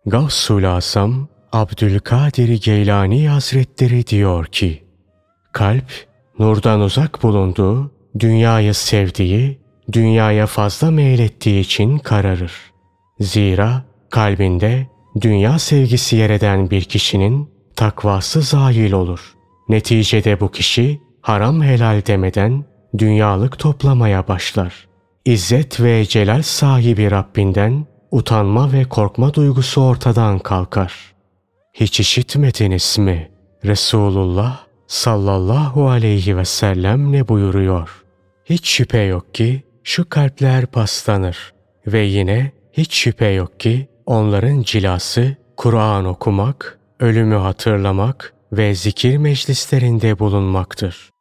Gavsul Asam Abdülkadir Geylani Hazretleri diyor ki, kalp nurdan uzak bulunduğu, dünyayı sevdiği, dünyaya fazla meylettiği için kararır. Zira kalbinde dünya sevgisi yer eden bir kişinin takvası zail olur. Neticede bu kişi haram helal demeden dünyalık toplamaya başlar. İzzet ve celal sahibi Rabbinden utanma ve korkma duygusu ortadan kalkar. Hiç işitmediniz mi? Resulullah sallallahu aleyhi ve sellem ne buyuruyor? Hiç şüphe yok ki şu kalpler paslanır ve yine hiç şüphe yok ki onların cilası Kur'an okumak, ölümü hatırlamak ve zikir meclislerinde bulunmaktır.